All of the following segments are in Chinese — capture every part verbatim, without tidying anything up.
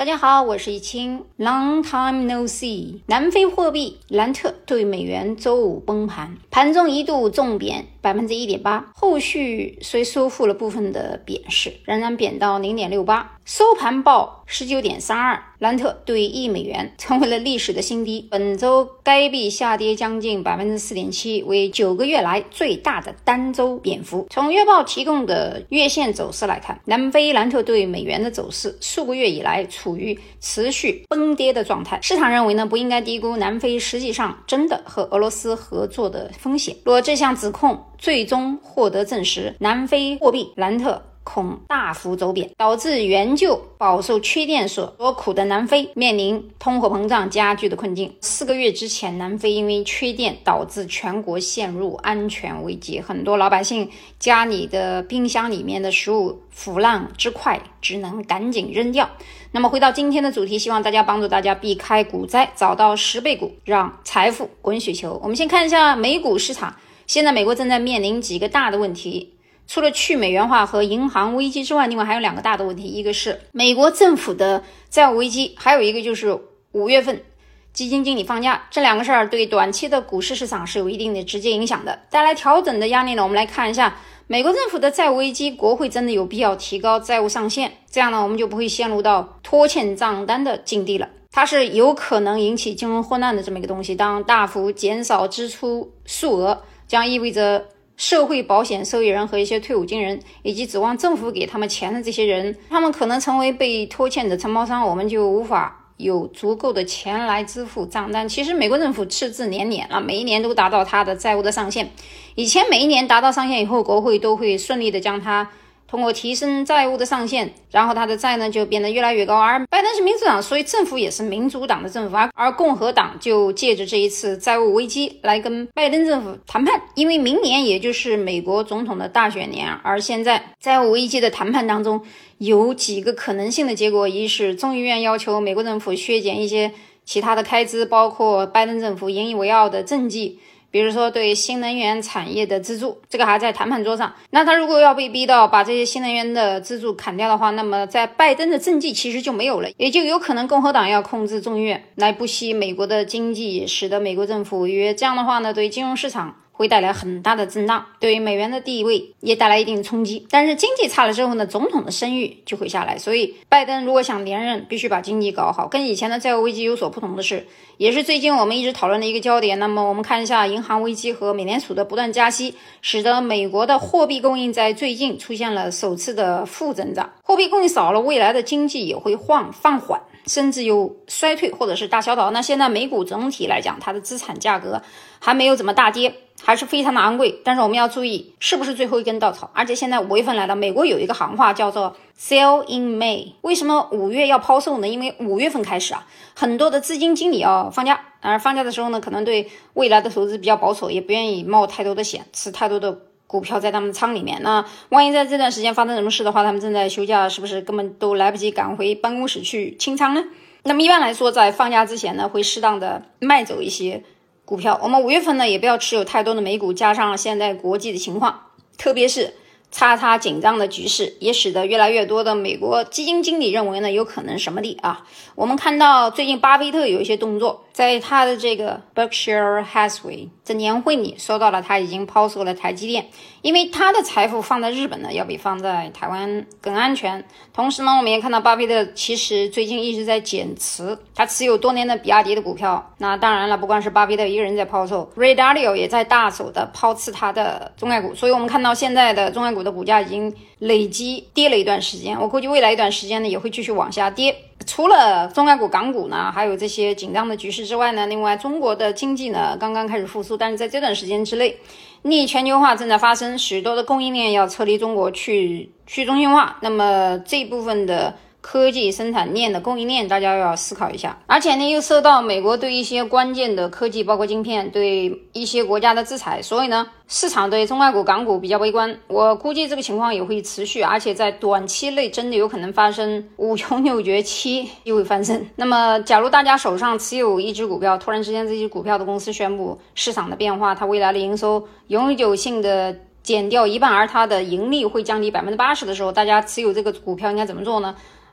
大家好，我是易清 Long time no see。 南非货币兰特对美元周五崩盘，盘中一度重贬 百分之一点八， 后续虽收复了部分的贬势，仍然贬到 零点六八， 收盘报 十九点三二， 兰特对一美元成为了历史的新低。本周该币下跌将近 百分之四点七， 为九个月来最大的单周贬幅。从月报提供的月线走势来看，南非兰特对美元的走势数个月以来处于持续崩跌的状态。市场认为呢，不应该低估南非实际上真的和俄罗斯合作的风险。若这项指控最终获得证实，南非货币兰特恐大幅走贬，导致援救饱受缺电所所苦的南非面临通货膨胀加剧的困境。四个月之前，南非因为缺电导致全国陷入安全危机，很多老百姓家里的冰箱里面的食物腐烂之快，只能赶紧扔掉。那么回到今天的主题，希望大家帮助大家避开股灾，找到十倍股，让财富滚雪球。我们先看一下美股市场。现在美国正在面临几个大的问题，除了去美元化和银行危机之外，另外还有两个大的问题，一个是美国政府的债务危机，还有一个就是五月份基金经理放假。这两个事儿对短期的股市市场是有一定的直接影响的。带来调整的压力呢，我们来看一下美国政府的债务危机，国会真的有必要提高债务上限，这样呢我们就不会陷入到拖欠账单的境地了。它是有可能引起金融混乱的这么一个东西。当大幅减少支出数额，将意味着社会保险受益人和一些退伍军人以及指望政府给他们钱的这些人，他们可能成为被拖欠的承包商，我们就无法有足够的钱来支付账单。其实美国政府赤字连连啊，每一年都达到它的债务的上限。以前每一年达到上限以后，国会都会顺利的将它通过提升债务的上限，然后他的债呢就变得越来越高。而拜登是民主党，所以政府也是民主党的政府，而共和党就借着这一次债务危机来跟拜登政府谈判。因为明年也就是美国总统的大选年，而现在债务危机的谈判当中有几个可能性的结果，一是众议院要求美国政府削减一些其他的开支，包括拜登政府引以为傲的政绩，比如说对新能源产业的资助，这个还在谈判桌上。那他如果要被逼到把这些新能源的资助砍掉的话，那么在拜登的政绩其实就没有了，也就有可能共和党要控制众议院来不惜美国的经济，使得美国政府违约。这样的话呢，对金融市场会带来很大的震荡，对于美元的地位也带来一定冲击。但是经济差了之后呢，总统的声誉就会下来。所以拜登如果想连任，必须把经济搞好。跟以前的债务危机有所不同的是，也是最近我们一直讨论的一个焦点。那么我们看一下银行危机和美联储的不断加息，使得美国的货币供应在最近出现了首次的负增长。货币供应少了，未来的经济也会放放缓，甚至有衰退或者是大萧条。那现在美股整体来讲，它的资产价格还没有怎么大跌，还是非常的昂贵，但是我们要注意是不是最后一根稻草。而且现在五月份来了，美国有一个行话叫做 Sell in May。 为什么五月要抛售呢？因为五月份开始啊，很多的资金经理要放假，而放假的时候呢，可能对未来的投资比较保守，也不愿意冒太多的险，持太多的股票在他们仓里面。那万一在这段时间发生什么事的话，他们正在休假，是不是根本都来不及赶回办公室去清仓呢？那么一般来说，在放假之前呢，会适当的卖走一些股票。我们五月份呢，也不要持有太多的美股，加上现在国际的情况，特别是叉叉紧张的局势，也使得越来越多的美国基金经理认为呢，有可能什么的啊。我们看到最近巴菲特有一些动作，在他的这个 Berkshire Hathaway 这年会里说到了，他已经抛售了台积电，因为他的财富放在日本呢，要比放在台湾更安全。同时呢，我们也看到巴菲特其实最近一直在减持，他持有多年的比亚迪的股票。那当然了，不光是巴菲特一个人在抛售， Ray Dalio 也在大手的抛弃他的中概股。所以我们看到现在的中概股的股价已经累积跌了一段时间，我估计未来一段时间呢也会继续往下跌。除了中概股港股呢，还有这些紧张的局势之外呢，另外中国的经济呢刚刚开始复苏，但是在这段时间之内，逆全球化正在发生，许多的供应链要撤离中国去去中心化。那么这一部分的科技生产链的供应链，大家要思考一下。而且呢，又受到美国对一些关键的科技，包括晶片，对一些国家的制裁，所以呢，市场对中概股、港股比较悲观。我估计这个情况也会持续，而且在短期内真的有可能发生五穷六绝七又会翻身。那么，假如大家手上持有一只股票，突然之间这只股票的公司宣布市场的变化，它未来的营收永久性的减掉一半，而它的盈利会降低 百分之八十 的时候，大家持有这个股票应该怎么做呢？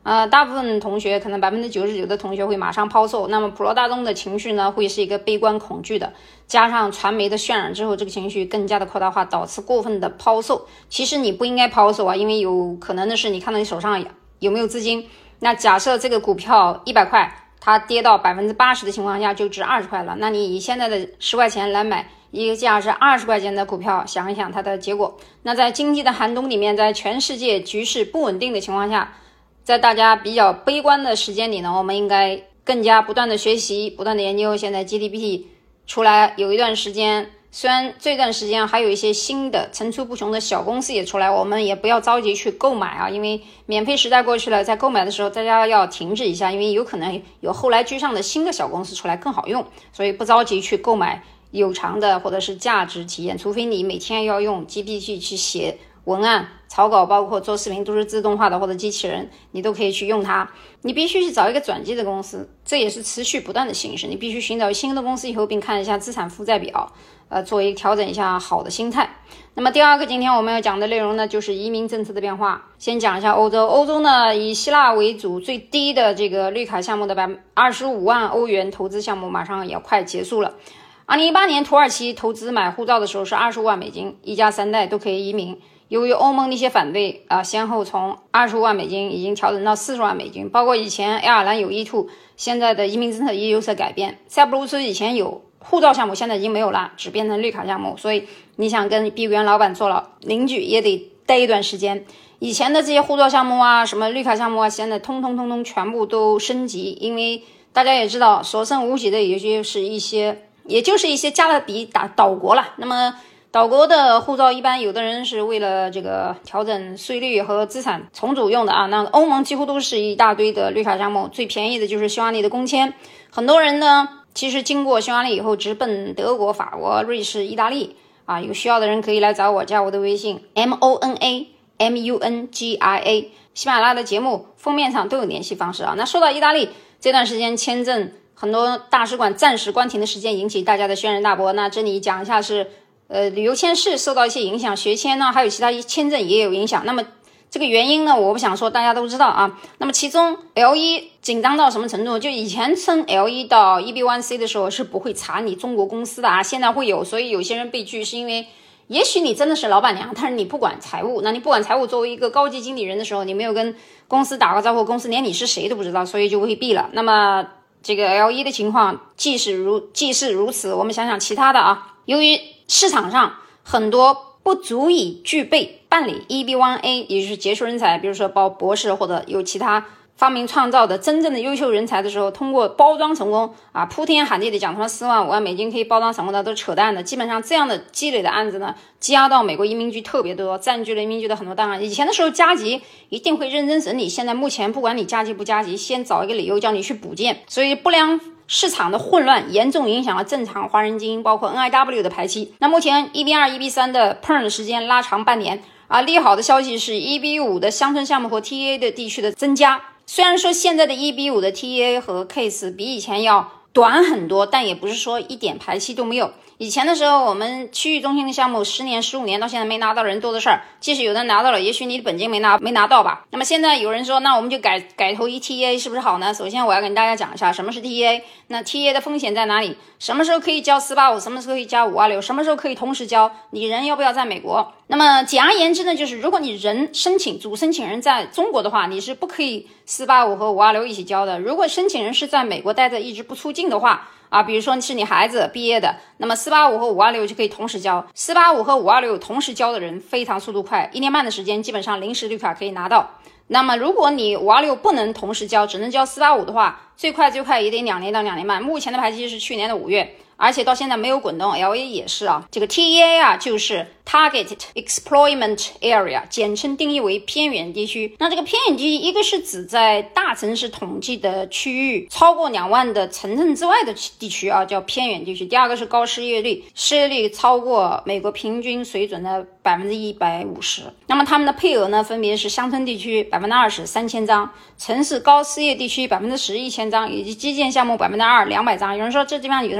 呃，大部分同学可能百分之九十九的同学会马上抛售，那么普罗大众的情绪呢，会是一个悲观恐惧的，加上传媒的渲染之后，这个情绪更加的扩大化，导致过分的抛售。其实你不应该抛售啊，因为有可能的是你看到你手上有没有资金。那假设这个股票一百块，它跌到百分之八十的情况下就值二十块了，那你以现在的十块钱来买一个价值二十块钱的股票，想一想它的结果。那在经济的寒冬里面，在全世界局势不稳定的情况下，在大家比较悲观的时间里呢，我们应该更加不断的学习，不断的研究。现在 G D P 出来有一段时间，虽然这段时间还有一些新的层出不穷的小公司也出来，我们也不要着急去购买啊，因为免费时代过去了，在购买的时候大家要停止一下，因为有可能有后来居上的新的小公司出来更好用，所以不着急去购买有偿的或者是价值体验，除非你每天要用 G P T 去写文案草稿，包括做视频都是自动化的或者机器人，你都可以去用它。你必须去找一个转机的公司，这也是持续不断的形式，你必须寻找新的公司以后，并看一下资产负债表，呃，做一个调整一下好的心态。那么第二个今天我们要讲的内容呢，就是移民政策的变化。先讲一下欧洲，欧洲呢以希腊为主，最低的这个绿卡项目的百分之二十五万欧元投资项目马上也快结束了。二零一八年土耳其投资买护照的时候是二十五万美金，一家三代都可以移民。由于欧盟的一些反对啊、呃，先后从二十五万美金已经调整到四十万美金，包括以前爱尔兰有 E 二， 现在的移民政策也有所改变。塞浦路斯以前有护照项目，现在已经没有了，只变成绿卡项目，所以你想跟闭园老板做了邻居也得待一段时间。以前的这些护照项目啊，什么绿卡项目啊，现在通通通通全部都升级，因为大家也知道所剩无几的也就是一些也就是一些加勒比岛岛国了。那么岛国的护照一般有的人是为了这个调整税率和资产重组用的啊，那欧盟几乎都是一大堆的绿卡项目，最便宜的就是匈牙利的工签。很多人呢其实经过匈牙利以后直奔德国、法国、瑞士、意大利啊，有需要的人可以来找我，加我的微信 M O N A M U N G I A， 喜马拉雅的节目封面上都有联系方式啊。那说到意大利，这段时间签证很多大使馆暂时关停的时间引起大家的轩然大波，那这里讲一下是呃，旅游签是受到一些影响，学签呢，还有其他签证也有影响。那么这个原因呢，我不想说，大家都知道啊。那么其中 L 一 紧张到什么程度？就以前升 L 一 到 E B 一 C 的时候是不会查你中国公司的啊，现在会有。所以有些人被拒是因为，也许你真的是老板娘，但是你不管财务，那你不管财务，作为一个高级经理人的时候，你没有跟公司打个招呼，公司连你是谁都不知道，所以就会毙了。那么这个 L 一 的情况既是如既是如此，我们想想其他的啊，由于市场上很多不足以具备办理 E B 一 A， 也就是杰出人才，比如说包博士或者有其他发明创造的真正的优秀人才的时候，通过包装成功啊，铺天喊地的讲什么四万五万美金可以包装成功的，都是扯淡的。基本上这样的积累的案子呢，积压到美国移民局特别多，占据了移民局的很多档案。以前的时候加急一定会认真审理，现在目前不管你加急不加急，先找一个理由叫你去补件。所以不良市场的混乱严重影响了正常华人精英，包括 N I W 的排期。那目前 E B 二 E B 三 的 P E R M 时间拉长半年啊，利好的消息是 E B 五 的乡村项目和 T A 的地区的增加。虽然说现在的 E B 五 的 T A 和 case 比以前要短很多，但也不是说一点排期都没有。以前的时候，我们区域中心的项目十年、十五年到现在没拿到人多的事儿，即使有人拿到了，也许你的本金没拿没拿到吧。那么现在有人说，那我们就改改投一 T A 是不是好呢？首先我要跟大家讲一下什么是 T A， 那 T A 的风险在哪里？什么时候可以交四八五？什么时候可以交五二六？什么时候可以同时交？你人要不要在美国？那么简而言之呢，就是如果你人申请主申请人在中国的话，你是不可以四八五和五二六一起交的。如果申请人是在美国待着一直不出境的话啊，比如说是你孩子毕业的，那么四八五和五二六就可以同时交。四八五和五二六同时交的人非常速度快，一年半的时间基本上临时绿卡可以拿到。那么如果你五二六不能同时交，只能交四八五的话，最快最快也得两年到两年半。目前的排期是去年的五月，而且到现在没有滚动。 L A 也是啊，这个 T E A 啊就是 Targeted Employment Area， 简称定义为偏远地区。那这个偏远地区，一个是指在大城市统计的区域超过两万的城镇之外的地区啊，叫偏远地区。第二个是高失业率，失业率超过美国平均水准的百分之一百五十。那么他们的配额呢，分别是乡村地区百分之二十三千张，城市高失业地区百分之十一千张，以及基建项目百分之二两百张。有人说这地方有什么区别？它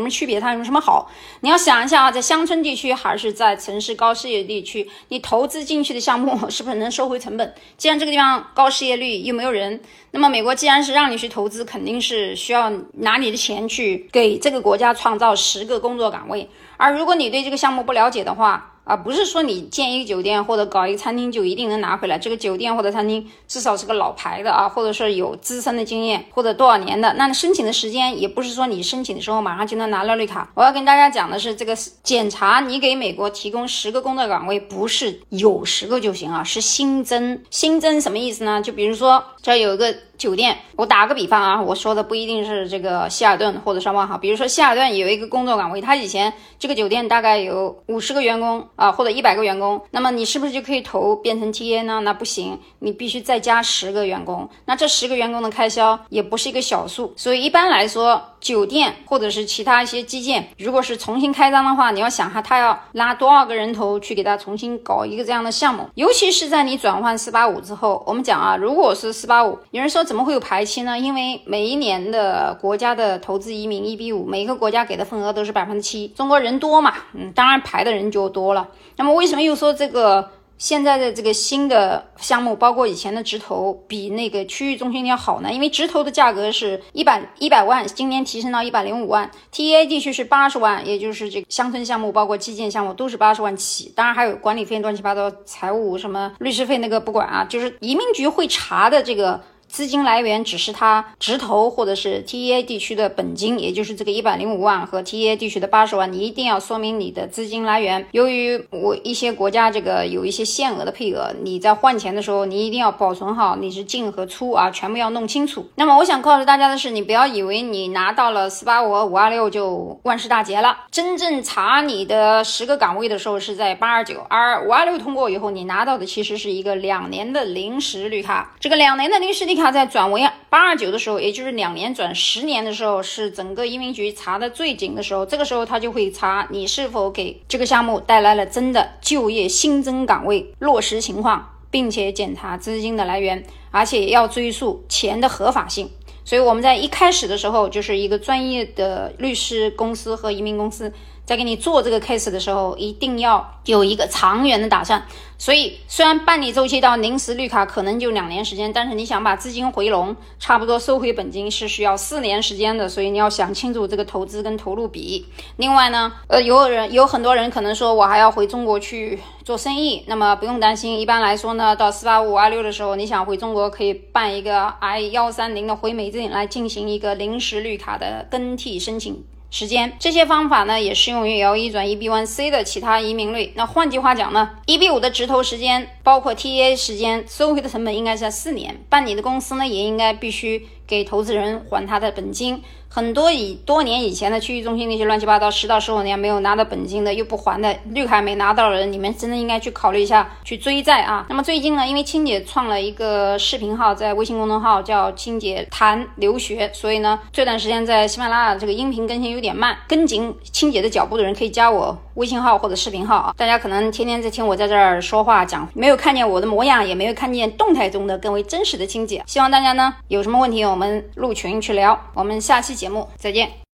它有什么好？你要想一下啊，在乡村地区还是在城市高失业地区，你投资进去的项目是不是能收回成本？既然这个地方高失业率又没有人，那么美国既然是让你去投资，肯定是需要拿你的钱去给这个国家创造十个工作岗位。而如果你对这个项目不了解的话，啊，不是说你建一个酒店或者搞一个餐厅就一定能拿回来，这个酒店或者餐厅至少是个老牌的啊，或者是有资深的经验，或者多少年的，那申请的时间也不是说你申请的时候马上就能拿到绿卡。我要跟大家讲的是，这个检查你给美国提供十个工作岗位，不是有十个就行啊，是新增。新增什么意思呢？就比如说这有一个酒店，我打个比方啊，我说的不一定是这个希尔顿或者什么哈，比如说希尔顿有一个工作岗位，他以前这个酒店大概有五十个员工啊，或者一百个员工，那么你是不是就可以投变成 T A 呢？那不行，你必须再加十个员工，那这十个员工的开销也不是一个小数，所以一般来说，酒店或者是其他一些基建，如果是重新开张的话，你要想哈，他要拉多少个人头去给他重新搞一个这样的项目，尤其是在你转换四八五之后，我们讲啊，如果是四八五，有人说怎么会有排期呢？因为每一年的国家的投资移民一比五，每个国家给的份额都是百分之七，中国人多嘛，嗯，当然排的人就多了。那么为什么又说这个现在的这个新的项目，包括以前的直投，比那个区域中心要好呢？因为直投的价格是一百一百万，今年提升到一百零五万 ，T A 地区是八十万，也就是这个乡村项目，包括基建项目都是八十万起，当然还有管理费乱七八糟、财务什么律师费那个不管啊，就是移民局会查的这个。资金来源只是它直投或者是 T E A 地区的本金，也就是这个一百零五万和 T E A 地区的八十万，你一定要说明你的资金来源。由于我一些国家这个有一些限额的配额，你在换钱的时候，你一定要保存好你是进和出啊，全部要弄清楚。那么我想告诉大家的是，你不要以为你拿到了四八五和五二六就万事大吉了。真正查你的十个岗位的时候是在八二九，而五二六通过以后，你拿到的其实是一个两年的临时绿卡。这个两年的临时绿卡在转为八二九的时候，也就是两年转十年的时候，是整个移民局查的最紧的时候。这个时候他就会查你是否给这个项目带来了真的就业新增岗位落实情况，并且检查资金的来源，而且也要追溯钱的合法性。所以我们在一开始的时候，就是一个专业的律师公司和移民公司在给你做这个 case 的时候，一定要有一个长远的打算。所以虽然办理周期到临时绿卡可能就两年时间，但是你想把资金回笼，差不多收回本金是需要四年时间的，所以你要想清楚这个投资跟投入比。另外呢，呃，有人有很多人可能说我还要回中国去做生意，那么不用担心，一般来说呢，到四八五二六的时候，你想回中国可以办一个 I 一三零的回美证来进行一个临时绿卡的更替申请。时间这些方法呢，也适用于 L 一 转 E B 一 C 的其他移民类。那换句话讲呢 ，E B 五 的直投时间，包括 T A 时间，收回的成本应该是在四年。办理的公司呢，也应该必须给投资人还他的本金。很多以多年以前的区域中心那些乱七八糟十到十五年没有拿到本金的，又不还的，绿卡没拿到的人，你们真的应该去考虑一下去追债啊。那么最近呢，因为青姐创了一个视频号，在微信公众号叫青姐谈留学，所以呢这段时间在喜马拉雅这个音频更新有点慢，跟紧青姐的脚步的人可以加我微信号或者视频号啊。大家可能天天在听我在这儿说话讲，没有看见我的模样，也没有看见动态中的更为真实的青姐。希望大家呢有什么问题我们入群去聊，我们下期节目再见。